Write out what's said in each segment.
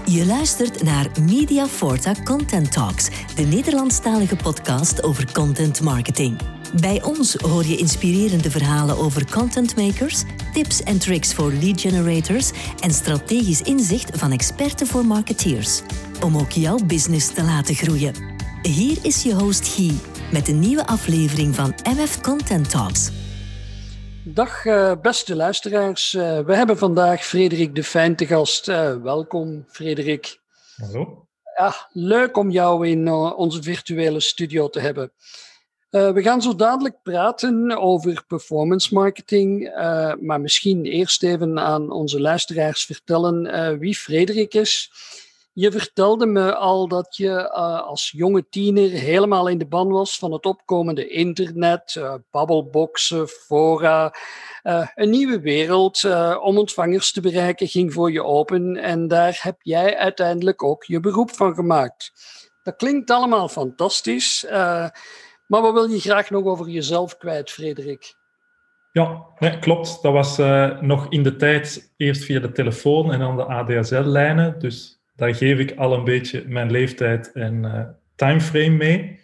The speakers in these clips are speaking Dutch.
Je luistert naar Media Forta Content Talks, de Nederlandstalige podcast over content marketing. Bij ons hoor je inspirerende verhalen over contentmakers, tips en tricks voor lead generators en strategisch inzicht van experten voor marketeers. Om ook jouw business te laten groeien. Hier is je host Guy met een nieuwe aflevering van MF Content Talks. Dag beste luisteraars, we hebben vandaag Frederik De Fijn te gast. Welkom Frederik. Hallo. Ja, leuk om jou in onze virtuele studio te hebben. We gaan zo dadelijk praten over performance marketing, maar misschien eerst even aan onze luisteraars vertellen wie Frederik is. Je vertelde me al dat je als jonge tiener helemaal in de ban was van het opkomende internet, babbelboxen, fora. Een nieuwe wereld om ontvangers te bereiken ging voor je open en daar heb jij uiteindelijk ook je beroep van gemaakt. Dat klinkt allemaal fantastisch, maar wat wil je graag nog over jezelf kwijt, Frederik? Ja, nee, klopt. Dat was nog in de tijd eerst via de telefoon en dan de ADSL-lijnen, dus daar geef ik al een beetje mijn leeftijd en timeframe mee.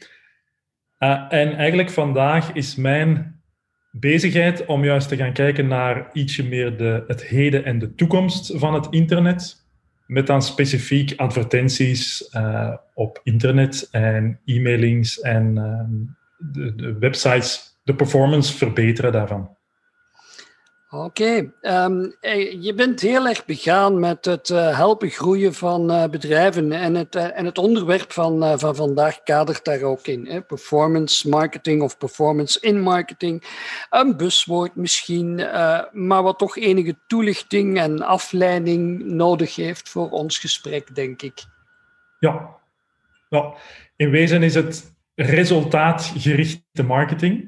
En eigenlijk vandaag is mijn bezigheid om juist te gaan kijken naar ietsje meer het heden en de toekomst van het internet. Met dan specifiek advertenties op internet en e-mailings en de websites, de performance verbeteren daarvan. Oké. Je bent heel erg begaan met het helpen groeien van bedrijven en het onderwerp van vandaag kadert daar ook in. Hè? Performance marketing of performance in marketing. Een buzzwoord misschien, maar wat toch enige toelichting en afleiding nodig heeft voor ons gesprek, denk ik. Ja. In wezen is het resultaatgerichte marketing.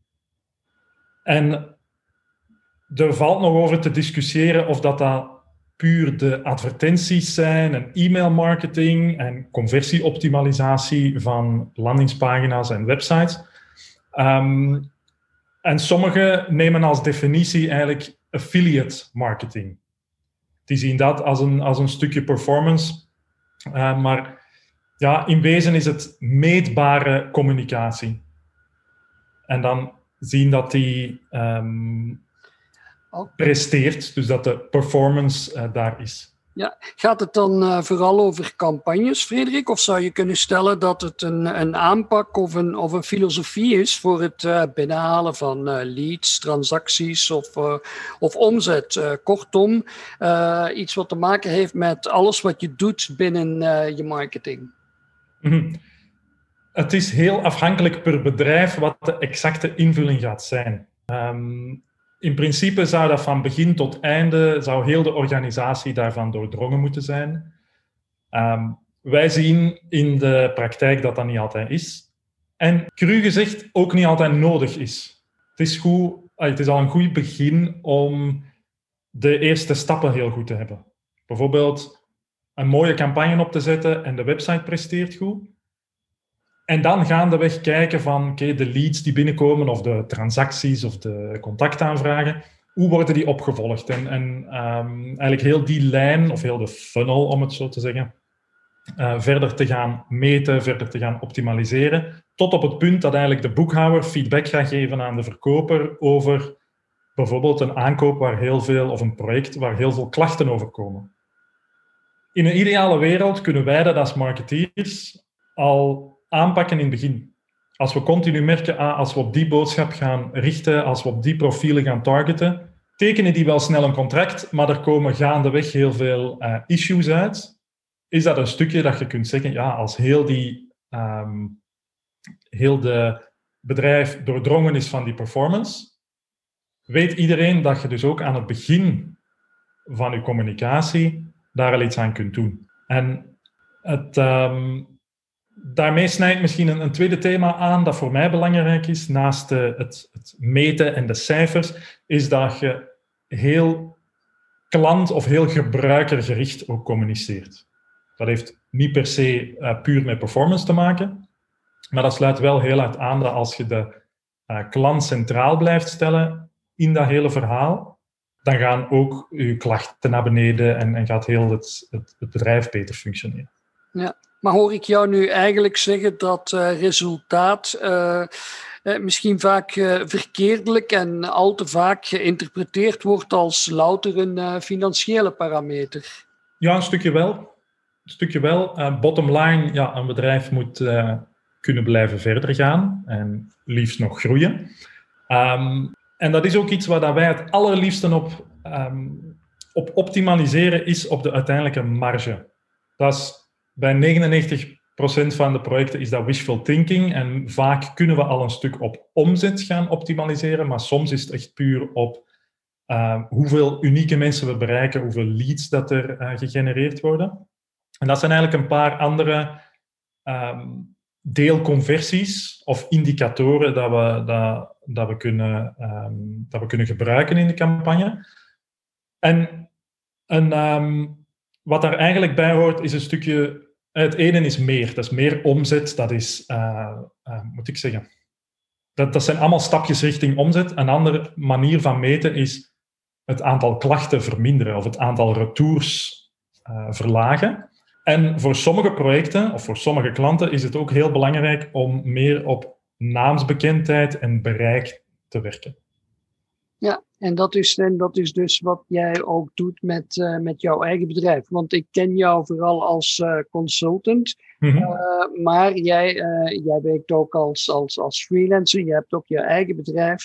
En er valt nog over te discussiëren of dat puur de advertenties zijn en e-mailmarketing en conversieoptimalisatie van landingspagina's en websites. En sommigen nemen als definitie eigenlijk affiliate marketing. Die zien dat als een stukje performance. Maar ja, in wezen is het meetbare communicatie. En dan zien dat die presteert, dus dat de performance daar is. Ja. Gaat het dan vooral over campagnes, Frederik? Of zou je kunnen stellen dat het een aanpak of een filosofie is voor het binnenhalen van leads, transacties of omzet? Kortom, iets wat te maken heeft met alles wat je doet binnen je marketing. Mm-hmm. Het is heel afhankelijk per bedrijf wat de exacte invulling gaat zijn. In principe zou dat van begin tot einde, zou heel de organisatie daarvan doordrongen moeten zijn. Wij zien in de praktijk dat niet altijd is. En cru gezegd ook niet altijd nodig is. Het is al een goed begin om de eerste stappen heel goed te hebben. Bijvoorbeeld een mooie campagne op te zetten en de website presteert goed. En dan gaandeweg kijken van de leads die binnenkomen of de transacties of de contactaanvragen, hoe worden die opgevolgd? En eigenlijk heel die lijn of heel de funnel, om het zo te zeggen, verder te gaan meten, verder te gaan optimaliseren, tot op het punt dat eigenlijk de boekhouder feedback gaat geven aan de verkoper over bijvoorbeeld een aankoop of een project waar heel veel klachten over komen. In een ideale wereld kunnen wij dat als marketeers al aanpakken in het begin. Als we continu merken, als we op die boodschap gaan richten, als we op die profielen gaan targeten, tekenen die wel snel een contract, maar er komen gaandeweg heel veel issues uit. Is dat een stukje dat je kunt zeggen, als heel de bedrijf doordrongen is van die performance, weet iedereen dat je dus ook aan het begin van je communicatie daar al iets aan kunt doen. En daarmee snijdt misschien een tweede thema aan dat voor mij belangrijk is, naast het meten en de cijfers, is dat je heel klant- of heel gebruikergericht ook communiceert. Dat heeft niet per se puur met performance te maken, maar dat sluit wel heel hard aan dat als je de klant centraal blijft stellen in dat hele verhaal, dan gaan ook uw klachten naar beneden en gaat heel het bedrijf beter functioneren. Ja, maar hoor ik jou nu eigenlijk zeggen dat resultaat misschien vaak verkeerdelijk en al te vaak geïnterpreteerd wordt als louter een financiële parameter? Ja, een stukje wel. Bottom line, ja, een bedrijf moet kunnen blijven verder gaan en liefst nog groeien. En dat is ook iets waar wij het allerliefste op optimaliseren, is op de uiteindelijke marge. Dat is bij 99% van de projecten is dat wishful thinking en vaak kunnen we al een stuk op omzet gaan optimaliseren, maar soms is het echt puur op hoeveel unieke mensen we bereiken, hoeveel leads dat er gegenereerd worden. En dat zijn eigenlijk een paar andere deelconversies of indicatoren dat we kunnen gebruiken in de campagne. En wat daar eigenlijk bij hoort, is een stukje... Het ene is meer. Dat is meer omzet. Dat is, moet ik zeggen... Dat zijn allemaal stapjes richting omzet. Een andere manier van meten is het aantal klachten verminderen of het aantal retours verlagen. En voor sommige projecten of voor sommige klanten is het ook heel belangrijk om meer op naamsbekendheid en bereik te werken. Ja, en dat is dus wat jij ook doet met jouw eigen bedrijf. Want ik ken jou vooral als consultant, maar jij werkt ook als freelancer. Je hebt ook je eigen bedrijf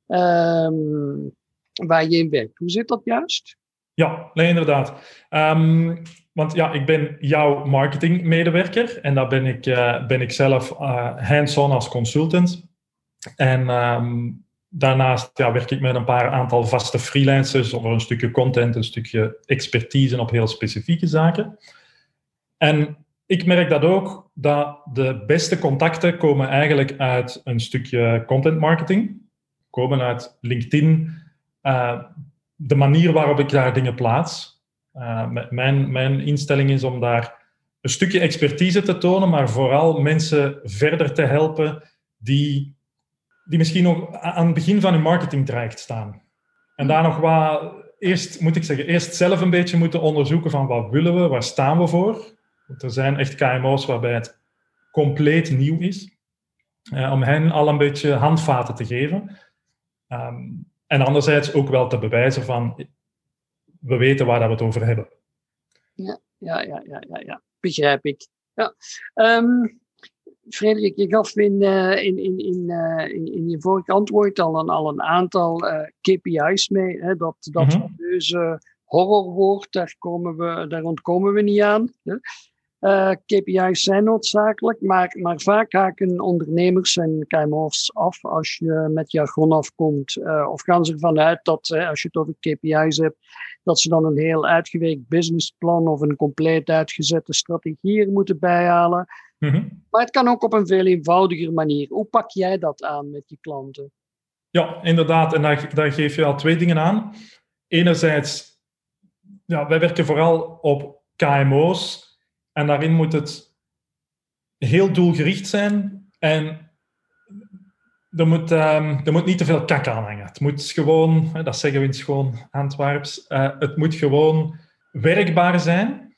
waar je in werkt. Hoe zit dat juist? Ja, nee, inderdaad. Want ja, ik ben jouw marketingmedewerker en daar ben ik zelf hands-on als consultant. En daarnaast werk ik met een aantal vaste freelancers over een stukje content, een stukje expertise op heel specifieke zaken. En ik merk dat ook, dat de beste contacten komen eigenlijk uit een stukje content marketing, komen uit LinkedIn, de manier waarop ik daar dingen plaats. Mijn instelling is om daar een stukje expertise te tonen, maar vooral mensen verder te helpen die misschien nog aan het begin van hun marketingtraject staan. En daar nog wat, eerst zelf een beetje moeten onderzoeken van wat willen we, waar staan we voor. Want er zijn echt KMO's waarbij het compleet nieuw is. Om hen al een beetje handvaten te geven. En anderzijds ook wel te bewijzen van, we weten waar we het over hebben. Ja. Begrijp ik. Ja. Frederik, je gaf in je vorige antwoord al een aantal KPI's mee. Hè? Dat fameuze horrorwoord, daar ontkomen we niet aan. Hè? KPI's zijn noodzakelijk, maar vaak haken ondernemers en KMO's af als je met jargon afkomt. Of gaan ze ervan uit dat, als je het over KPI's hebt, dat ze dan een heel uitgewerkt businessplan of een compleet uitgezette strategie er moeten bijhalen. Maar het kan ook op een veel eenvoudiger manier. Hoe pak jij dat aan met je klanten? Ja, inderdaad. En daar geef je al twee dingen aan. Enerzijds, wij werken vooral op KMO's. En daarin moet het heel doelgericht zijn. En er moet niet te veel kak aan hangen. Het moet gewoon, dat zeggen we in schoon Antwerps, het moet gewoon werkbaar zijn.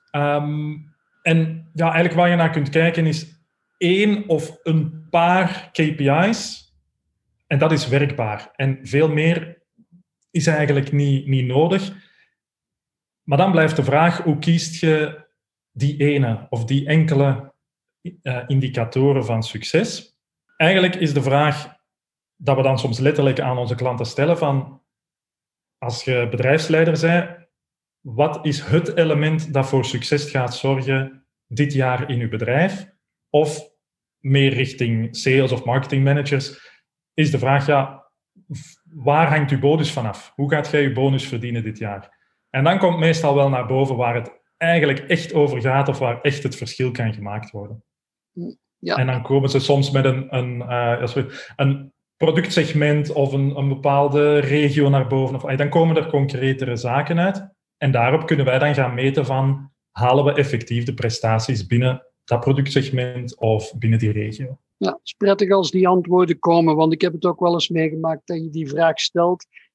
En eigenlijk waar je naar kunt kijken is 1 of een paar KPI's. En dat is werkbaar. En veel meer is eigenlijk niet nodig. Maar dan blijft de vraag, hoe kiest je die ene of die enkele indicatoren van succes? Eigenlijk is de vraag dat we dan soms letterlijk aan onze klanten stellen van, als je bedrijfsleider bent, wat is het element dat voor succes gaat zorgen dit jaar in uw bedrijf? Of meer richting sales of marketing managers, is de vraag, waar hangt uw bonus vanaf? Hoe gaat jij je bonus verdienen dit jaar? En dan komt meestal wel naar boven waar het eigenlijk echt over gaat of waar echt het verschil kan gemaakt worden. Ja. En dan komen ze soms met een productsegment of een bepaalde regio naar boven. Of dan komen er concretere zaken uit. En daarop kunnen wij dan gaan meten van, halen we effectief de prestaties binnen dat productsegment of binnen die regio? Ja, het is prettig als die antwoorden komen, want ik heb het ook wel eens meegemaakt dat je die vraag stelt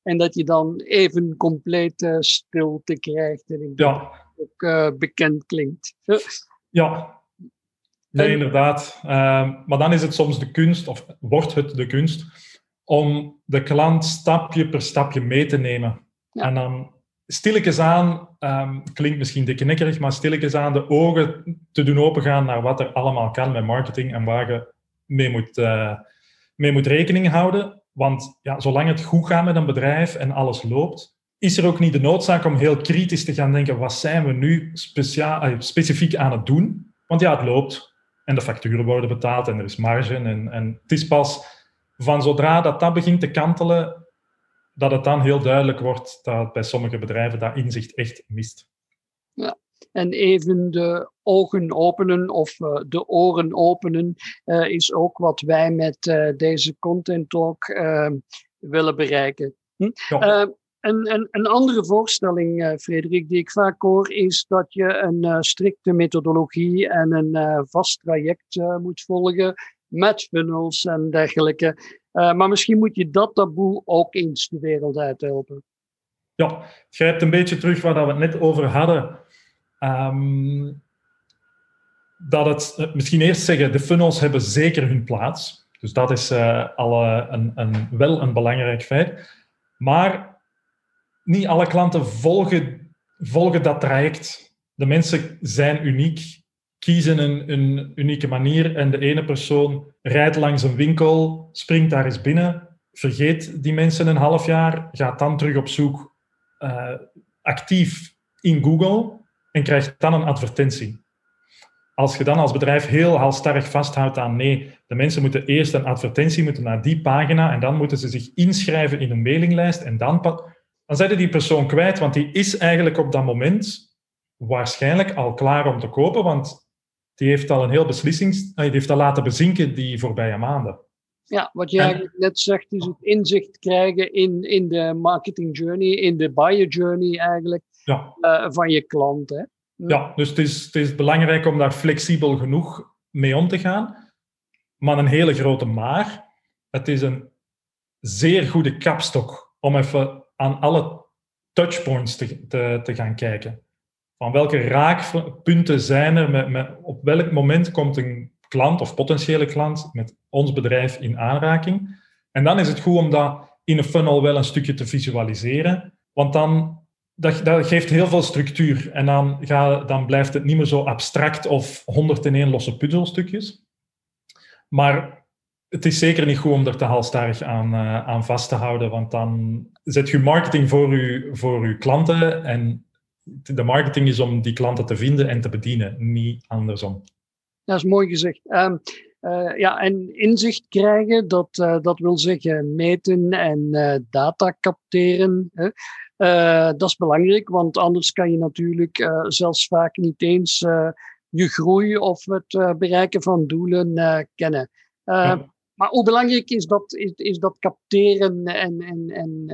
En dat je dan even complete stilte krijgt. En ik denk dat het ook bekend klinkt. Ja, nee, inderdaad. Maar dan is het soms de kunst, of wordt het de kunst, om de klant stapje per stapje mee te nemen. Ja. En dan stilletjes aan, klinkt misschien dikkenekkerig, maar stilletjes aan de ogen te doen opengaan naar wat er allemaal kan met marketing en waar je mee moet rekening houden. Want ja, zolang het goed gaat met een bedrijf en alles loopt, is er ook niet de noodzaak om heel kritisch te gaan denken, wat zijn we nu specifiek aan het doen? Want ja, het loopt en de facturen worden betaald en er is marge. En het is pas van zodra dat begint te kantelen, dat het dan heel duidelijk wordt dat bij sommige bedrijven dat inzicht echt mist. Ja, en even de ogen openen of de oren openen is ook wat wij met deze Content Talk willen bereiken. Ja. Een andere voorstelling, Frederik, die ik vaak hoor, is dat je een strikte methodologie en een vast traject moet volgen met funnels en dergelijke. Maar misschien moet je dat taboe ook eens de wereld uithelpen. Ja, het grijpt een beetje terug waar we het net over hadden. Dat het, misschien eerst zeggen, de funnels hebben zeker hun plaats. Dus dat is wel een belangrijk feit. Maar niet alle klanten volgen dat traject. De mensen zijn uniek, kiezen een unieke manier en de ene persoon rijdt langs een winkel, springt daar eens binnen, vergeet die mensen een half jaar, gaat dan terug op zoek actief in Google en krijgt dan een advertentie. Als je dan als bedrijf heel halstarrig vasthoudt aan nee, de mensen moeten eerst een advertentie moeten naar die pagina en dan moeten ze zich inschrijven in een mailinglijst en dan zijn die persoon kwijt, want die is eigenlijk op dat moment waarschijnlijk al klaar om te kopen, want die heeft al een heel die heeft al laten bezinken die voorbije maanden. Ja, wat je eigenlijk net zegt, is het inzicht krijgen in de marketing journey, in de buyer journey eigenlijk, van je klant. Hè? Ja, dus het is belangrijk om daar flexibel genoeg mee om te gaan. Maar een hele grote maar, het is een zeer goede kapstok om even aan alle touchpoints te gaan kijken. Van welke raakpunten zijn er, op welk moment komt een klant of potentiële klant met ons bedrijf in aanraking. En dan is het goed om dat in een funnel wel een stukje te visualiseren, want dat geeft heel veel structuur. En dan blijft het niet meer zo abstract of 101 losse puzzelstukjes. Maar het is zeker niet goed om er te halstarrig aan vast te houden, want dan zet je marketing voor uw klanten en de marketing is om die klanten te vinden en te bedienen, niet andersom. Dat is mooi gezegd. En inzicht krijgen, dat wil zeggen meten en data capteren. Dat is belangrijk, want anders kan je natuurlijk zelfs vaak niet eens je groei of het bereiken van doelen kennen. Maar hoe belangrijk is dat capteren en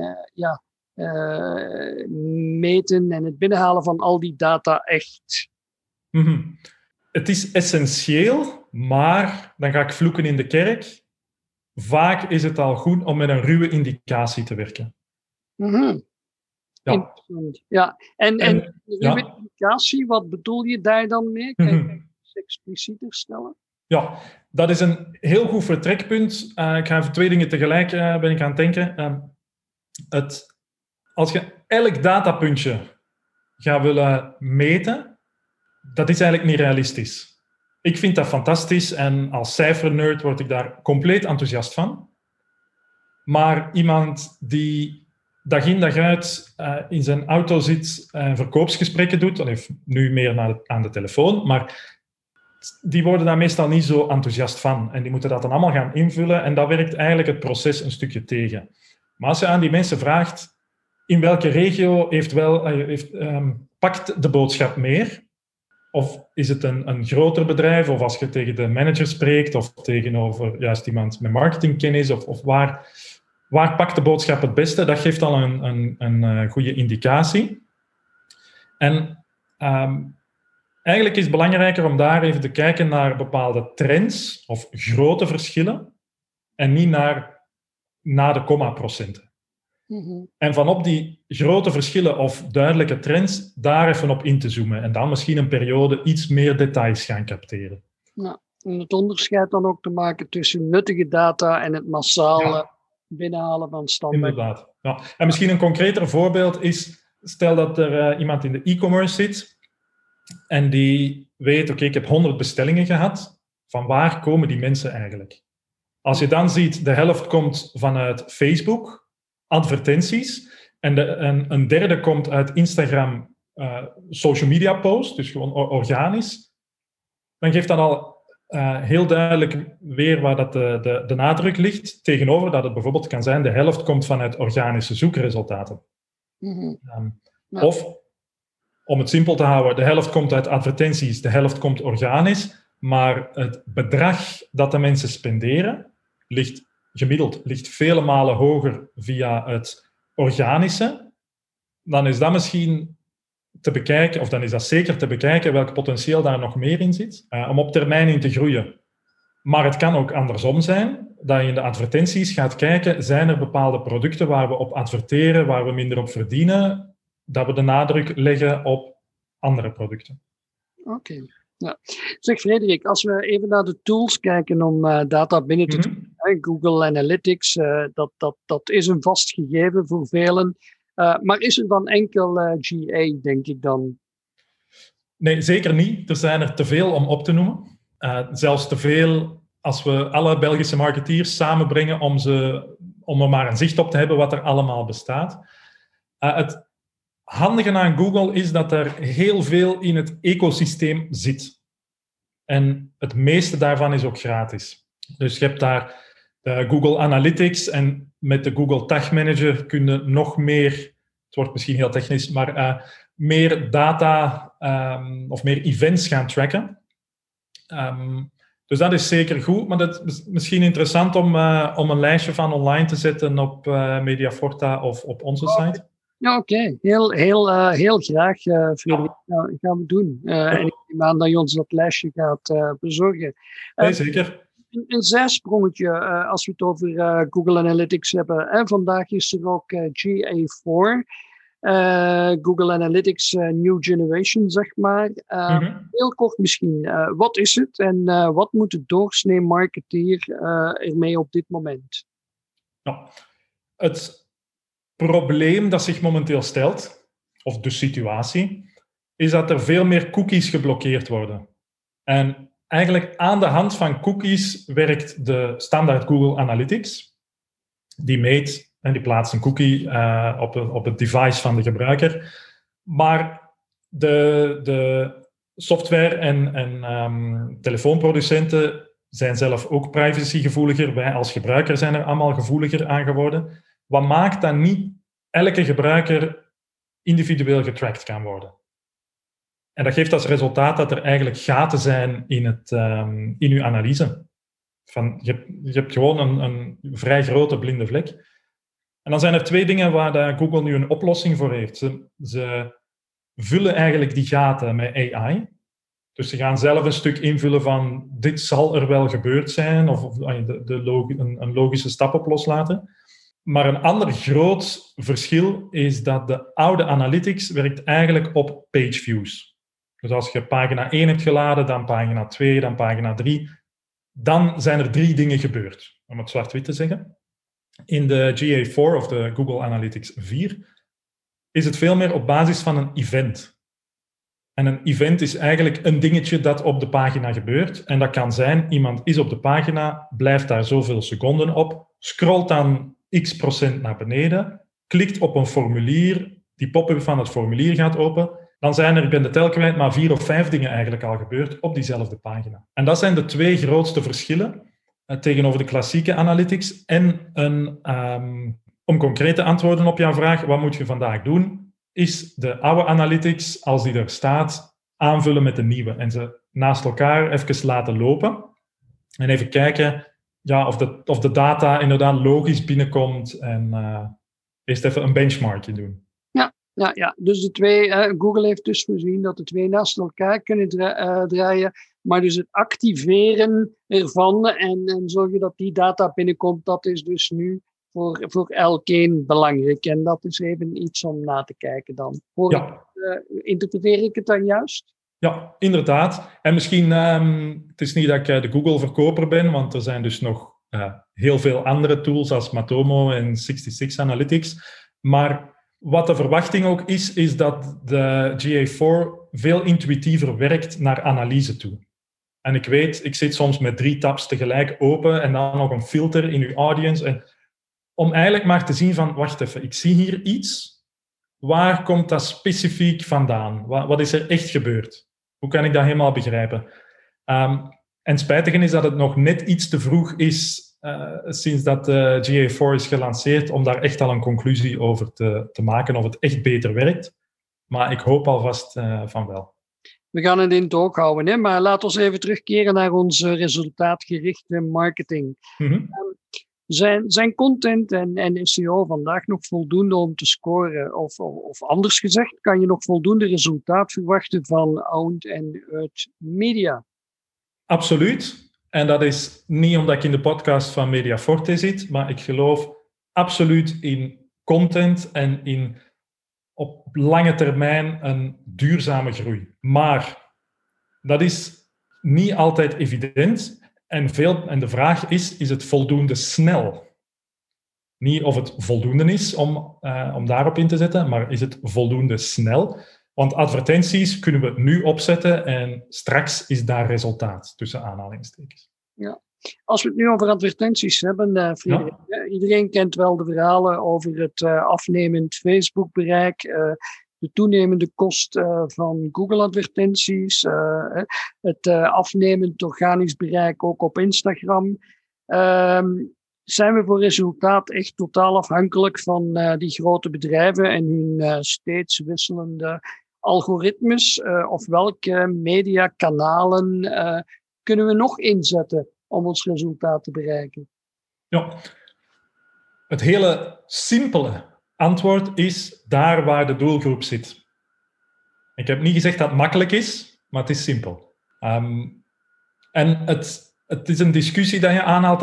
meten en het binnenhalen van al die data echt? Mm-hmm. Het is essentieel, maar dan ga ik vloeken in de kerk. Vaak is het al goed om met een ruwe indicatie te werken. Mm-hmm. Ja. Interessant. Ja. En ruwe indicatie, wat bedoel je daar dan mee? Kan je het explicieter stellen? Ja, dat is een heel goed vertrekpunt. Ik ga even 2 dingen tegelijk ben ik aan het denken. Als je elk datapuntje gaat willen meten, dat is eigenlijk niet realistisch. Ik vind dat fantastisch en als cijfernerd word ik daar compleet enthousiast van. Maar iemand die dag in dag uit in zijn auto zit en verkoopsgesprekken doet, dan heeft nu meer aan de telefoon, maar die worden daar meestal niet zo enthousiast van. En die moeten dat dan allemaal gaan invullen en dat werkt eigenlijk het proces een stukje tegen. Maar als je aan die mensen vraagt, in welke regio pakt de boodschap meer? Of is het een groter bedrijf? Of als je tegen de manager spreekt of tegenover juist iemand met marketingkennis? Of waar pakt de boodschap het beste? Dat geeft al een goede indicatie. En eigenlijk is het belangrijker om daar even te kijken naar bepaalde trends of grote verschillen en niet naar de komma-procenten. En vanop die grote verschillen of duidelijke trends, daar even op in te zoomen. En dan misschien een periode iets meer details gaan capteren. Ja, en het onderscheid dan ook te maken tussen nuttige data en het massaal binnenhalen van standaard. Inderdaad. Ja. En misschien een concreter voorbeeld is, stel dat er iemand in de e-commerce zit en die weet, oké, ik heb 100 bestellingen gehad. Van waar komen die mensen eigenlijk? Als je dan ziet, de helft komt vanuit Facebook, advertenties, en een derde komt uit Instagram, social media posts, dus gewoon organisch, dan geeft dat al heel duidelijk weer waar dat de nadruk ligt, tegenover dat het bijvoorbeeld kan zijn, de helft komt vanuit organische zoekresultaten. Of, om het simpel te houden, de helft komt uit advertenties, de helft komt organisch, maar het bedrag dat de mensen spenderen gemiddeld ligt vele malen hoger via het organische. Dan is dat misschien te bekijken, of dan is dat zeker te bekijken welk potentieel daar nog meer in zit, om op termijn in te groeien. Maar het kan ook andersom zijn, dat je in de advertenties gaat kijken, zijn er bepaalde producten waar we op adverteren, waar we minder op verdienen, dat we de nadruk leggen op andere producten. Oké. Ja. Zeg Frederik, als we even naar de tools kijken om data binnen te doen, Google Analytics, dat is een vast gegeven voor velen. Maar is er dan enkel GA, denk ik dan? Nee, zeker niet. Er zijn er te veel om op te noemen. Zelfs te veel als we alle Belgische marketeers samenbrengen om er maar een zicht op te hebben wat er allemaal bestaat. Het handige aan Google is dat er heel veel in het ecosysteem zit. En het meeste daarvan is ook gratis. Dus je hebt daar de Google Analytics en met de Google Tag Manager kun je nog meer, het wordt misschien heel technisch, maar meer data of meer events gaan tracken. Dus dat is zeker goed, maar dat is misschien interessant om een lijstje van online te zetten op Mediaforta of op onze site. Ja, oké. Heel graag, Frederik. Dat gaan we doen. En ik neem aan dat je ons dat lijstje gaat bezorgen. Nee, zeker. Een zijsprongetje als we het over Google Analytics hebben. Vandaag is er ook GA4. Google Analytics New Generation, zeg maar. Heel kort misschien. Wat is het en wat moet de doorsnee marketeer ermee op dit moment? Ja, het probleem dat zich momenteel stelt, of de situatie, is dat er veel meer cookies geblokkeerd worden. En eigenlijk aan de hand van cookies werkt de standaard Google Analytics. Die meet en die plaatst een cookie op het device van de gebruiker. Maar de software en telefoonproducenten zijn zelf ook privacygevoeliger. Wij als gebruiker zijn er allemaal gevoeliger aan geworden. Wat maakt dat niet elke gebruiker individueel getracked kan worden? En dat geeft als resultaat dat er eigenlijk gaten zijn in uw analyse. Je hebt gewoon een vrij grote blinde vlek. En dan zijn er 2 dingen waar Google nu een oplossing voor heeft. Ze vullen eigenlijk die gaten met AI. Dus ze gaan zelf een stuk invullen van dit zal er wel gebeurd zijn, of een logische stap op loslaten. Maar een ander groot verschil is dat de oude analytics werkt eigenlijk op page views. Dus als je pagina 1 hebt geladen, dan pagina 2, dan pagina 3, dan zijn er 3 dingen gebeurd, om het zwart-wit te zeggen. In de GA4 of de Google Analytics 4 is het veel meer op basis van een event. En een event is eigenlijk een dingetje dat op de pagina gebeurt. En dat kan zijn, iemand is op de pagina, blijft daar zoveel seconden op, scrolt dan x% naar beneden, klikt op een formulier, die pop-up van het formulier gaat open, dan zijn er, ik ben de tel kwijt, maar 4 of 5 dingen eigenlijk al gebeurd op diezelfde pagina. En dat zijn de 2 grootste verschillen tegenover de klassieke analytics. En om concreet te antwoorden op jouw vraag, wat moet je vandaag doen, is de oude analytics, als die er staat, aanvullen met de nieuwe. En ze naast elkaar even laten lopen. En even kijken of de data inderdaad logisch binnenkomt. En eerst even een benchmarkje doen. Ja, dus de 2, Google heeft dus voorzien dat de 2 naast elkaar kunnen draaien, maar dus het activeren ervan en zorgen dat die data binnenkomt, dat is dus nu voor elkeen belangrijk. En dat is even iets om na te kijken dan. Interpreteer ik het dan juist? Ja, inderdaad. En misschien, het is niet dat ik de Google-verkoper ben, want er zijn dus nog heel veel andere tools als Matomo en 66 Analytics. Maar wat de verwachting ook is dat de GA4 veel intuïtiever werkt naar analyse toe. En ik weet, ik zit soms met 3 tabs tegelijk open en dan nog een filter in uw audience. En om eigenlijk maar te zien van, wacht even, ik zie hier iets. Waar komt dat specifiek vandaan? Wat is er echt gebeurd? Hoe kan ik dat helemaal begrijpen? En spijtig is dat het nog net iets te vroeg is sinds dat de GA4 is gelanceerd om daar echt al een conclusie over te maken of het echt beter werkt. Maar ik hoop alvast van wel. We gaan het in het oog houden, hè? Maar laten we even terugkeren naar onze resultaatgerichte marketing. Mm-hmm. Zijn content en SEO vandaag nog voldoende om te scoren? Of anders gezegd, kan je nog voldoende resultaat verwachten van owned en earned media? Absoluut. En dat is niet omdat ik in de podcast van Mediaforte zit, maar ik geloof absoluut in content en in op lange termijn een duurzame groei. Maar dat is niet altijd evident. En de vraag is het voldoende snel? Niet of het voldoende is om daarop in te zetten, maar is het voldoende snel? Want advertenties kunnen we nu opzetten en straks is daar resultaat, tussen aanhalingstekens. Ja. Als we het nu over advertenties hebben, Frederik, iedereen kent wel de verhalen over het afnemend Facebook-bereik, de toenemende kost van Google-advertenties, het afnemend organisch bereik ook op Instagram. Zijn we voor resultaat echt totaal afhankelijk van die grote bedrijven en hun steeds wisselende algoritmes? Of welke mediakanalen kunnen we nog inzetten om ons resultaat te bereiken? Ja, het hele simpele antwoord is daar waar de doelgroep zit. Ik heb niet gezegd dat het makkelijk is, maar het is simpel. En het is een discussie dat je aanhaalt,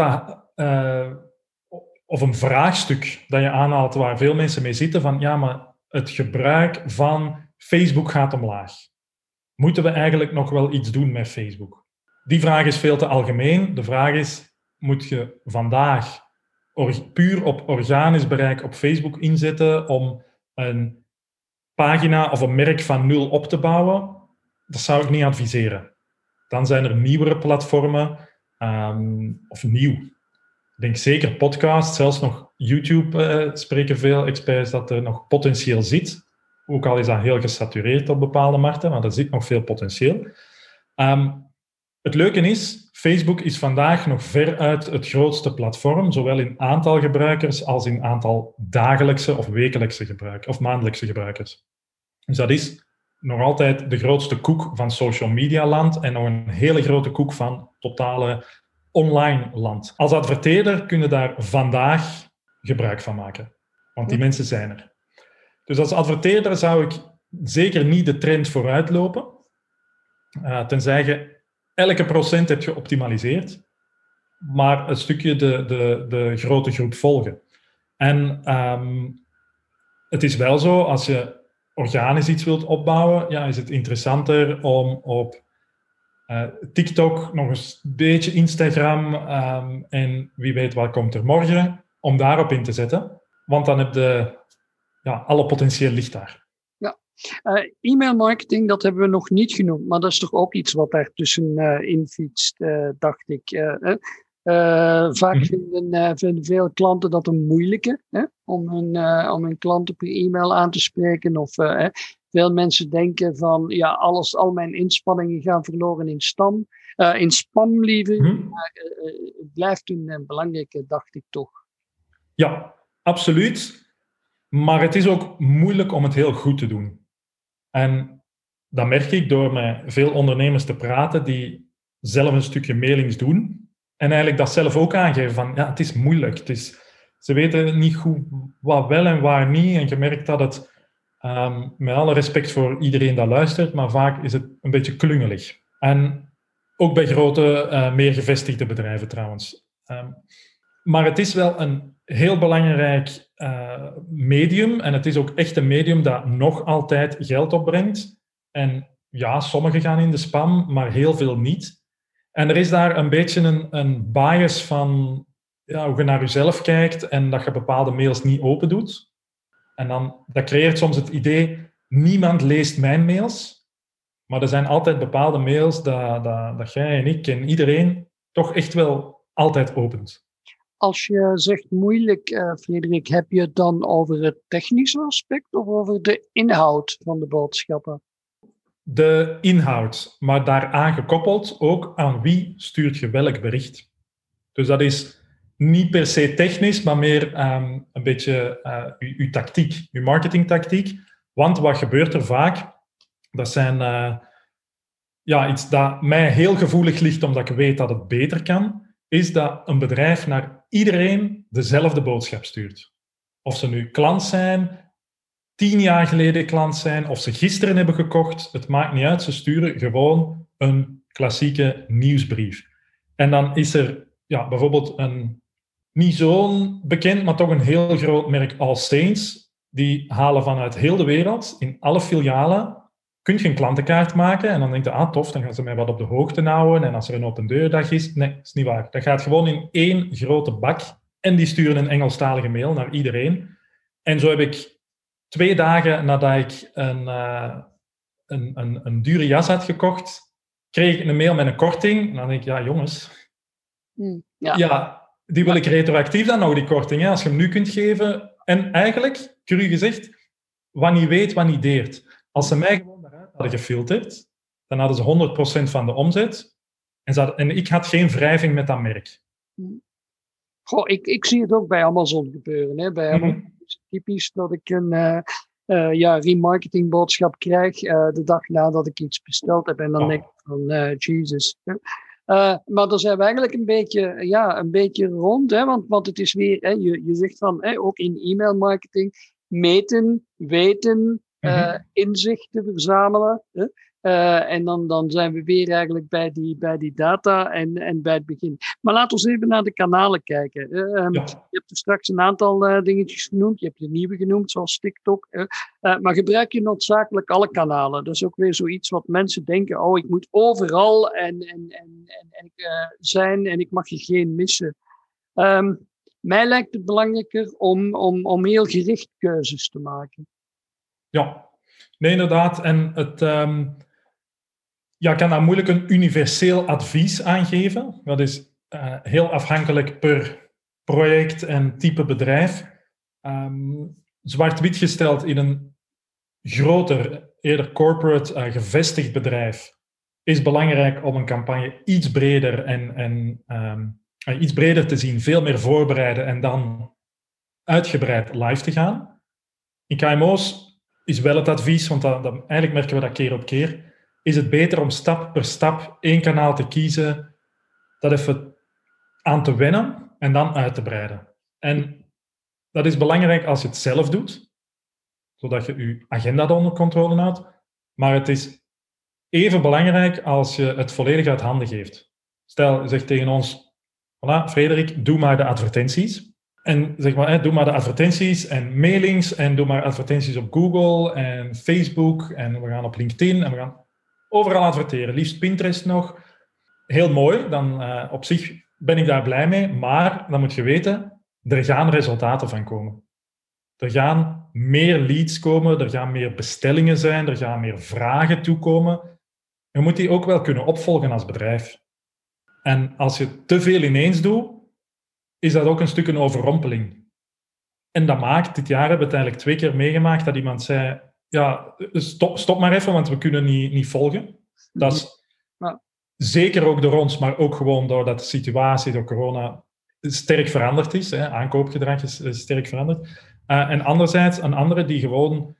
of een vraagstuk dat je aanhaalt waar veel mensen mee zitten van ja, maar het gebruik van Facebook gaat omlaag. Moeten we eigenlijk nog wel iets doen met Facebook? Die vraag is veel te algemeen. De vraag is, moet je vandaag puur op organisch bereik op Facebook inzetten om een pagina of een merk van 0 op te bouwen? Dat zou ik niet adviseren. Dan zijn er nieuwere platformen, of nieuw. Ik denk zeker podcasts, zelfs nog YouTube spreken veel experts dat er nog potentieel zit. Ook al is dat heel gesatureerd op bepaalde markten, maar er zit nog veel potentieel. Het leuke is, Facebook is vandaag nog veruit het grootste platform, zowel in aantal gebruikers als in aantal dagelijkse of wekelijkse gebruikers, of maandelijkse gebruikers. Dus dat is nog altijd de grootste koek van social media land en nog een hele grote koek van totale online land. Als adverteerder kun je daar vandaag gebruik van maken, want die mensen zijn er. Dus als adverteerder zou ik zeker niet de trend vooruit lopen, tenzij je elke procent hebt geoptimaliseerd, maar een stukje de grote groep volgen. En het is wel zo, als je organisch iets wilt opbouwen, ja, is het interessanter om op TikTok, nog een beetje Instagram en wie weet wat komt er morgen, om daarop in te zetten. Want dan heb je alle potentieel ligt daar. E-mail marketing, dat hebben we nog niet genoemd, maar dat is toch ook iets wat daar tussenin fietst, dacht ik. Vaak vinden veel klanten dat een moeilijke, om hun klanten per e-mail aan te spreken. Of veel mensen denken van, ja, al mijn inspanningen gaan verloren in spam liever. Maar het blijft een belangrijke, dacht ik toch. Ja, absoluut. Maar het is ook moeilijk om het heel goed te doen. En dat merk ik door met veel ondernemers te praten die zelf een stukje mailings doen en eigenlijk dat zelf ook aangeven van ja, het is moeilijk. Ze weten niet goed wat wel en waar niet en je merkt dat het, met alle respect voor iedereen dat luistert, maar vaak is het een beetje klungelig. En ook bij grote, meer gevestigde bedrijven trouwens. Maar het is wel een heel belangrijk medium. En het is ook echt een medium dat nog altijd geld opbrengt. En ja, sommige gaan in de spam, maar heel veel niet. En er is daar een beetje een bias van hoe je naar jezelf kijkt en dat je bepaalde mails niet open doet. En dan, dat creëert soms het idee, niemand leest mijn mails. Maar er zijn altijd bepaalde mails dat jij en ik en iedereen toch echt wel altijd opent. Als je zegt moeilijk, Frederik, heb je het dan over het technische aspect of over de inhoud van de boodschappen? De inhoud, maar daaraan gekoppeld ook aan wie stuurt je welk bericht. Dus dat is niet per se technisch, maar meer een beetje uw tactiek, uw marketingtactiek. Want wat gebeurt er vaak? Dat zijn iets dat mij heel gevoelig ligt, omdat ik weet dat het beter kan, is dat een bedrijf naar iedereen dezelfde boodschap stuurt. Of ze nu klant zijn, 10 jaar geleden klant zijn, of ze gisteren hebben gekocht, het maakt niet uit. Ze sturen gewoon een klassieke nieuwsbrief. En dan is er bijvoorbeeld een niet zo'n bekend, maar toch een heel groot merk, All Saints. Die halen vanuit heel de wereld, in alle filialen, kun je een klantenkaart maken. En dan denk je, tof, dan gaan ze mij wat op de hoogte houden. En als er een open deurdag is, nee, dat is niet waar. Dat gaat gewoon in 1 grote bak. En die sturen een Engelstalige mail naar iedereen. En zo heb ik 2 dagen nadat ik een dure jas had gekocht, kreeg ik een mail met een korting. En dan denk ik, jongens, die wil ik retroactief dan nog, die korting. Hè, als je hem nu kunt geven. En eigenlijk, cru gezegd, wat niet weet, wat niet deert. Als ze mij gewoon daaruit hadden gefilterd, dan hadden ze 100% van de omzet. En ik had geen wrijving met dat merk. Goh, ik zie het ook bij Amazon gebeuren. Hè. Bij Amazon is het typisch dat ik een remarketingboodschap krijg de dag nadat ik iets besteld heb. En dan denk ik van, Jesus. Maar daar zijn we eigenlijk een beetje rond. Hè, want het is weer, hè, je zegt van, ook in e-mailmarketing, meten, weten, inzichten verzamelen. Hè. En dan zijn we weer eigenlijk bij die data en bij het begin. Maar laten we even naar de kanalen kijken. Je hebt er straks een aantal dingetjes genoemd. Je hebt de nieuwe genoemd, zoals TikTok. Maar gebruik je noodzakelijk alle kanalen. Dat is ook weer zoiets wat mensen denken. Ik moet overal zijn en ik mag je geen missen. Mij lijkt het belangrijker om heel gericht keuzes te maken. Ja, nee, inderdaad. En het... ik kan daar moeilijk een universeel advies aan geven. Dat is heel afhankelijk per project en type bedrijf. Zwart-wit gesteld in een groter, eerder corporate, gevestigd bedrijf is belangrijk om een campagne iets breder iets breder te zien, veel meer voorbereiden en dan uitgebreid live te gaan. In KMO's is wel het advies, want eigenlijk merken we dat keer op keer, is het beter om stap per stap 1 kanaal te kiezen, dat even aan te wennen en dan uit te breiden. En dat is belangrijk als je het zelf doet, zodat je je agenda onder controle houdt. Maar het is even belangrijk als je het volledig uit handen geeft. Stel, je zegt tegen ons, voilà, Frederik, doe maar de advertenties. En zeg maar, doe maar de advertenties en mailings en doe maar advertenties op Google en Facebook en we gaan op LinkedIn en we gaan overal adverteren. Liefst Pinterest nog. Heel mooi, dan op zich ben ik daar blij mee, maar dan moet je weten, er gaan resultaten van komen. Er gaan meer leads komen, er gaan meer bestellingen zijn, er gaan meer vragen toekomen. Je moet die ook wel kunnen opvolgen als bedrijf. En als je te veel ineens doet, is dat ook een stuk een overrompeling. En dat maakt, dit jaar hebben we het eigenlijk 2 keer meegemaakt, dat iemand zei, stop maar even, want we kunnen niet volgen. Dat is zeker ook door ons, maar ook gewoon doordat de situatie door corona sterk veranderd is. Aankoopgedrag is sterk veranderd. En anderzijds een andere die gewoon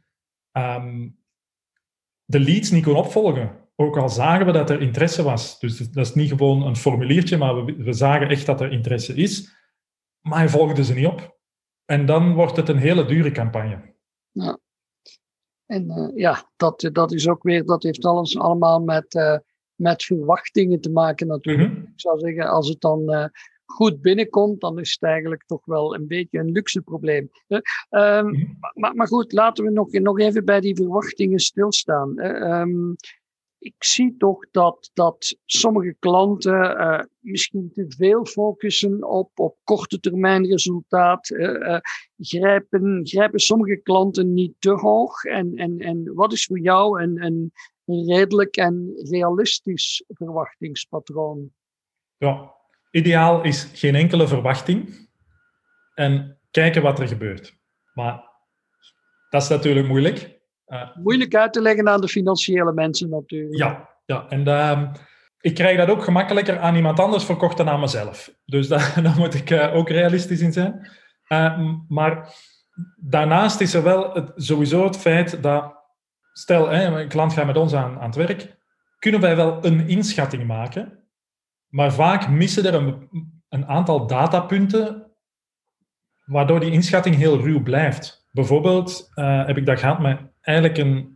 de leads niet kon opvolgen. Ook al zagen we dat er interesse was. Dus dat is niet gewoon een formuliertje, maar we zagen echt dat er interesse is. Maar hij volgde ze niet op. En dan wordt het een hele dure campagne. Ja. En dat is ook weer, dat heeft allemaal met verwachtingen te maken natuurlijk. Ik zou zeggen, goed binnenkomt, dan is het eigenlijk toch wel een beetje een luxe probleem. Maar goed, laten we nog even bij die verwachtingen stilstaan. Ik zie toch dat sommige klanten misschien te veel focussen op korte termijn resultaat. Grijpen sommige klanten niet te hoog? En wat is voor jou een redelijk en realistisch verwachtingspatroon? Ja, ideaal is geen enkele verwachting en kijken wat er gebeurt. Maar dat is natuurlijk moeilijk. Moeilijk uit te leggen aan de financiële mensen natuurlijk. Ja. En ik krijg dat ook gemakkelijker aan iemand anders verkocht dan aan mezelf. Dus daar moet ik ook realistisch in zijn. Maar daarnaast is er wel sowieso het feit dat, stel, een klant gaat met ons aan het werk, kunnen wij wel een inschatting maken, maar vaak missen er een aantal datapunten waardoor die inschatting heel ruw blijft. Bijvoorbeeld heb ik dat gehad met eigenlijk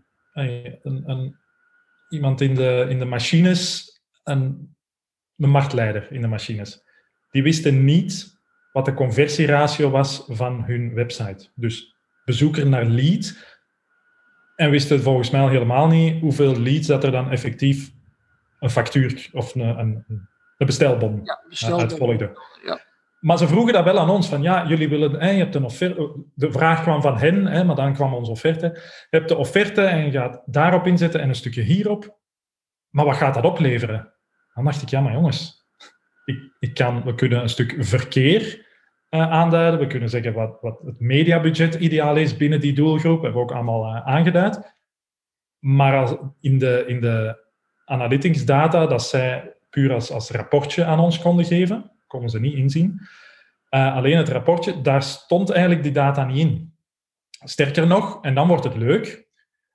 iemand in de machines, een marktleider in de machines. Die wisten niet wat de conversieratio was van hun website. Dus bezoeker naar lead. En wisten volgens mij helemaal niet hoeveel leads dat er dan effectief een factuur of een bestelbon uitvolgde. Ja. Maar ze vroegen dat wel aan ons, van ja, jullie willen, je hebt een offerte. De vraag kwam van hen, maar dan kwam onze offerte. Je hebt de offerte en je gaat daarop inzetten en een stukje hierop. Maar wat gaat dat opleveren? Dan dacht ik, ja, maar jongens, we kunnen een stuk verkeer aanduiden. We kunnen zeggen wat het mediabudget ideaal is binnen die doelgroep. Dat hebben we ook allemaal aangeduid. Maar in de analytics data, dat zij puur als rapportje aan ons konden geven, konden ze niet inzien. Alleen het rapportje, daar stond eigenlijk die data niet in. Sterker nog, en dan wordt het leuk,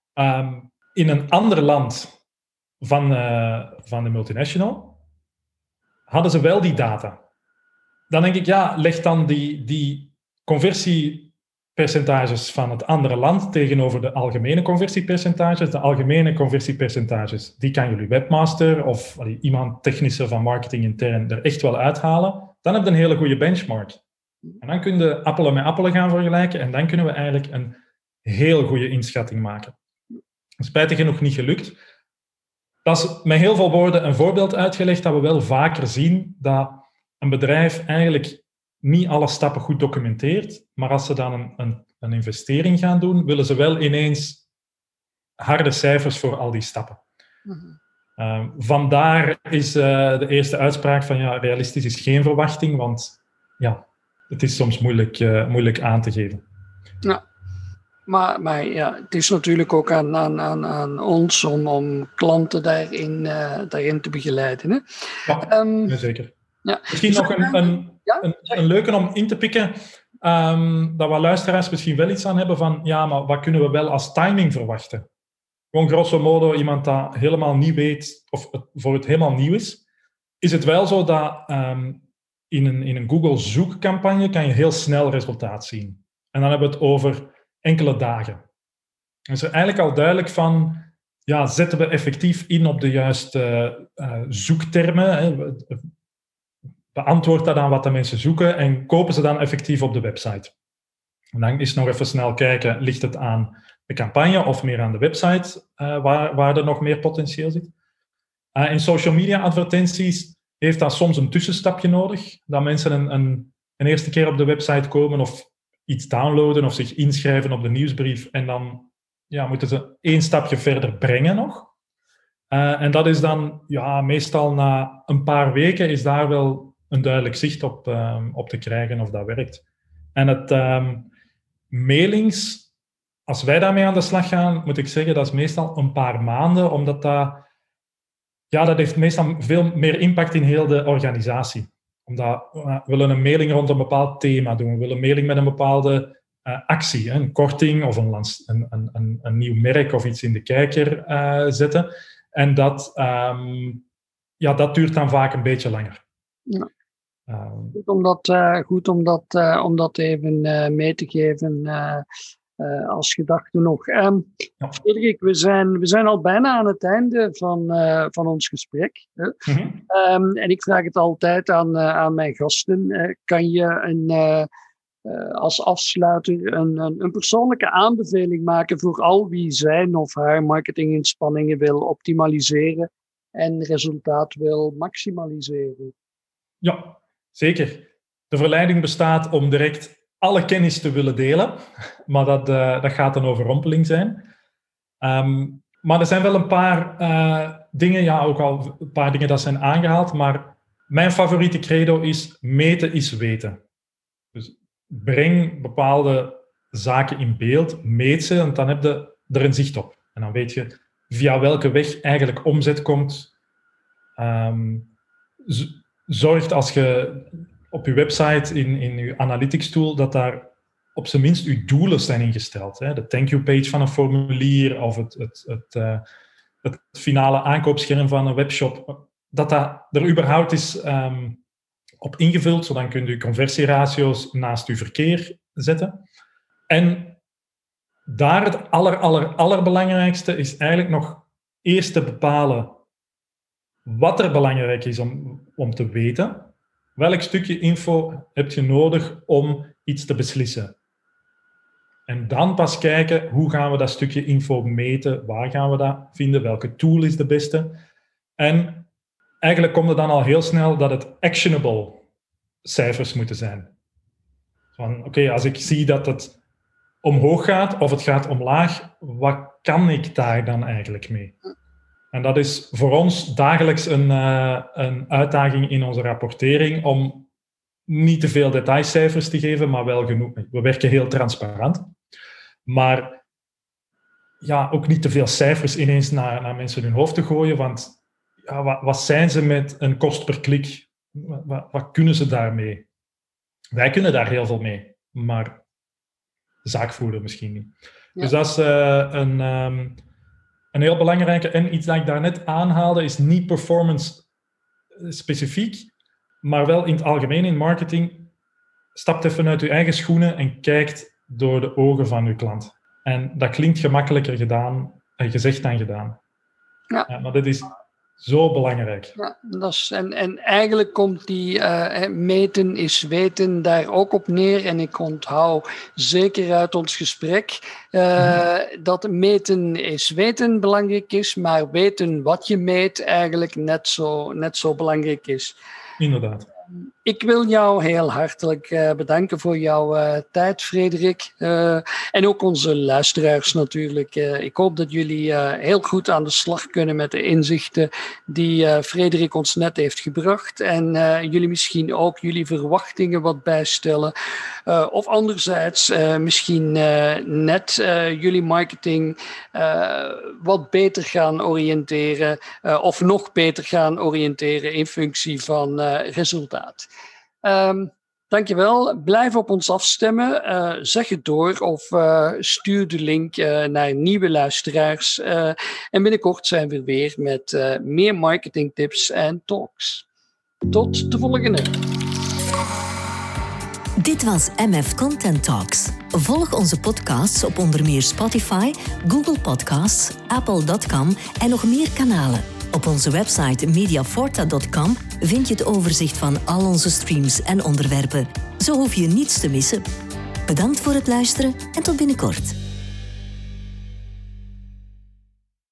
in een ander land van de multinational hadden ze wel die data. Dan denk ik, ja, leg dan die conversiepercentages van het andere land tegenover de algemene conversiepercentages. De algemene conversiepercentages, die kan jullie webmaster of iemand technische van marketing intern er echt wel uithalen. Dan heb je een hele goede benchmark. En dan kun je appelen met appelen gaan vergelijken en dan kunnen we eigenlijk een heel goede inschatting maken. Spijtig genoeg niet gelukt. Dat is met heel veel woorden een voorbeeld uitgelegd dat we wel vaker zien dat een bedrijf eigenlijk niet alle stappen goed documenteert, maar als ze dan een investering gaan doen, willen ze wel ineens harde cijfers voor al die stappen. Mm-hmm. Vandaar is de eerste uitspraak van ja, realistisch is geen verwachting, want ja, het is soms moeilijk aan te geven. Ja. Maar ja, het is natuurlijk ook aan ons om klanten daarin te begeleiden. Hè? Ja, zeker. Ja. Misschien nog een leuke om in te pikken, dat wat luisteraars misschien wel iets aan hebben van, ja, maar wat kunnen we wel als timing verwachten? Gewoon grosso modo, iemand dat helemaal niet weet, of voor het helemaal nieuw is het wel zo dat in een Google zoekcampagne kan je heel snel resultaat zien. En dan hebben we het over enkele dagen. Dan is er eigenlijk al duidelijk van, ja, zetten we effectief in op de juiste zoektermen, hè? Beantwoord dat aan wat de mensen zoeken en kopen ze dan effectief op de website. En dan is nog even snel kijken, ligt het aan de campagne of meer aan de website waar er nog meer potentieel zit. In social media advertenties heeft dat soms een tussenstapje nodig, dat mensen een eerste keer op de website komen of iets downloaden of zich inschrijven op de nieuwsbrief en dan moeten ze 1 stapje verder brengen nog. En dat is dan, ja, meestal na een paar weken is daar wel een duidelijk zicht op te krijgen of dat werkt. En het mailings, als wij daarmee aan de slag gaan, moet ik zeggen, dat is meestal een paar maanden, omdat dat heeft meestal veel meer impact in heel de organisatie. Omdat we willen een mailing rond een bepaald thema doen, we willen een mailing met een bepaalde actie, een korting of een nieuw merk of iets in de kijker zetten. En dat duurt dan vaak een beetje langer. Ja. Goed om dat even mee te geven. als gedachte nog. Frederik, we zijn al bijna aan het einde van ons gesprek. Mm-hmm. En ik vraag het altijd aan mijn gasten. Kan je als afsluiter een persoonlijke aanbeveling maken voor al wie zijn of haar marketinginspanningen wil optimaliseren en resultaat wil maximaliseren? Ja, zeker. De verleiding bestaat om direct alle kennis te willen delen, maar dat gaat een overrompeling zijn. Maar er zijn wel een paar dingen, ook al een paar dingen dat zijn aangehaald, maar mijn favoriete credo is: meten is weten. Dus breng bepaalde zaken in beeld, meet ze, want dan heb je er een zicht op. En dan weet je via welke weg eigenlijk omzet komt. Zorg als je op je website, in je analytics tool, dat daar op zijn minst uw doelen zijn ingesteld. Hè? De thank you page van een formulier of het finale aankoopscherm van een webshop. Dat er überhaupt is op ingevuld, zodat kun je conversieratio's naast je verkeer zetten. En daar het allerbelangrijkste is eigenlijk nog eerst te bepalen wat er belangrijk is om te weten. Welk stukje info heb je nodig om iets te beslissen? En dan pas kijken, hoe gaan we dat stukje info meten? Waar gaan we dat vinden? Welke tool is de beste? En eigenlijk komt het dan al heel snel dat het actionable cijfers moeten zijn. Oké, als ik zie dat het omhoog gaat of het gaat omlaag, wat kan ik daar dan eigenlijk mee? En dat is voor ons dagelijks een uitdaging in onze rapportering om niet te veel detailcijfers te geven, maar wel genoeg. We werken heel transparant. Maar ook niet te veel cijfers ineens naar mensen hun hoofd te gooien, want wat zijn ze met een kost per klik? Wat kunnen ze daarmee? Wij kunnen daar heel veel mee, maar de zaakvoerder misschien niet. Ja. Dus dat is een heel belangrijke. En iets dat ik daarnet aanhaalde is niet performance specifiek, maar wel in het algemeen in marketing. Stapt even uit uw eigen schoenen en kijkt door de ogen van uw klant. En dat klinkt gemakkelijker gezegd dan gedaan. Ja, maar dit is zo belangrijk. Ja, en eigenlijk komt die meten is weten daar ook op neer. En ik onthoud zeker uit ons gesprek dat meten is weten belangrijk is, maar weten wat je meet eigenlijk net zo belangrijk is. Inderdaad. Ik wil jou heel hartelijk bedanken voor jouw tijd, Frederik. En ook onze luisteraars natuurlijk. Ik hoop dat jullie heel goed aan de slag kunnen met de inzichten die Frederik ons net heeft gebracht. En jullie misschien ook jullie verwachtingen wat bijstellen. Of anderzijds misschien net jullie marketing wat beter gaan oriënteren. Of nog beter gaan oriënteren in functie van resultaat. Dankjewel. Blijf op ons afstemmen. Zeg het door of stuur de link naar nieuwe luisteraars. En binnenkort zijn we weer met meer marketingtips en talks. Tot de volgende. Dit was MF Content Talks. Volg onze podcasts op onder meer Spotify, Google Podcasts, Apple.com en nog meer kanalen. Op onze website mediaforta.com vind je het overzicht van al onze streams en onderwerpen. Zo hoef je niets te missen. Bedankt voor het luisteren en tot binnenkort.